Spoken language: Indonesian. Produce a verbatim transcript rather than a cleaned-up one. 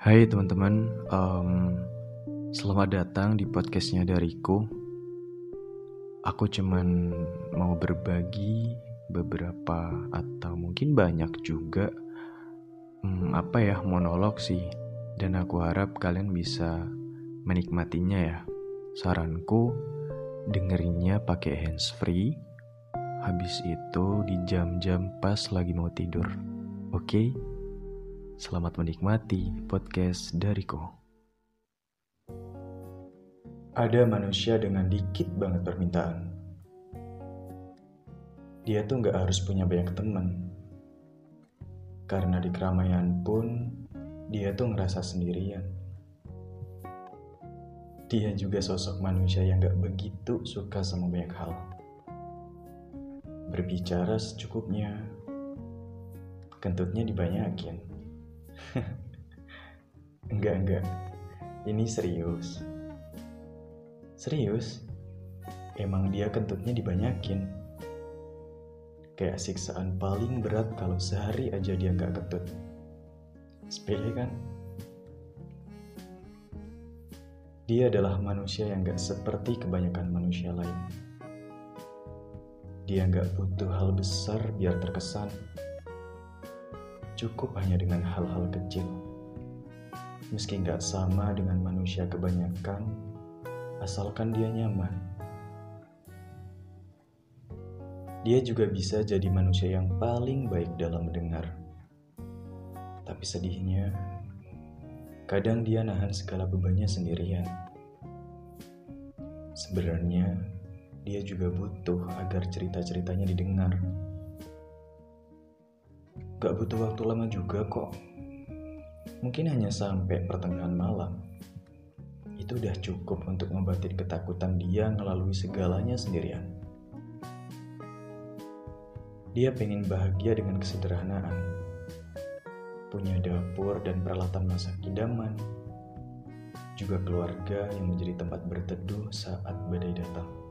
Hai teman-teman, um, selamat datang di podcastnya Dariku. Aku cuman mau berbagi beberapa atau mungkin banyak juga hmm, apa ya monolog sih. Dan aku harap kalian bisa menikmatinya ya. Saranku dengerinnya pakai handsfree. Habis itu di jam-jam pas lagi mau tidur. Oke? Okay? Selamat menikmati podcast Dariku. Ada manusia dengan dikit banget permintaan. Dia tuh gak harus punya banyak teman. Karena di keramaian pun, dia tuh ngerasa sendirian. Dia juga sosok manusia yang gak begitu suka sama banyak hal. Berbicara secukupnya, kentutnya dibanyakin. Enggak, enggak. Ini serius. Serius? Emang dia kentutnya dibanyakin. Kayak siksaan paling berat kalau sehari aja dia gak kentut. Sepele kan? Dia adalah manusia yang gak seperti kebanyakan manusia lain. Dia gak butuh hal besar biar terkesan. Cukup hanya dengan hal-hal kecil. Meski gak sama dengan manusia kebanyakan, asalkan dia nyaman. Dia juga bisa jadi manusia yang paling baik dalam mendengar. Tapi sedihnya, kadang dia nahan segala bebannya sendirian. Sebenarnya, dia juga butuh agar cerita-ceritanya didengar. Gak butuh waktu lama juga kok. Mungkin hanya sampai pertengahan malam. Itu udah cukup untuk ngobatin ketakutan dia ngelalui segalanya sendirian. Dia pengen bahagia dengan kesederhanaan. Punya dapur dan peralatan masak idaman. Juga keluarga yang menjadi tempat berteduh saat badai datang.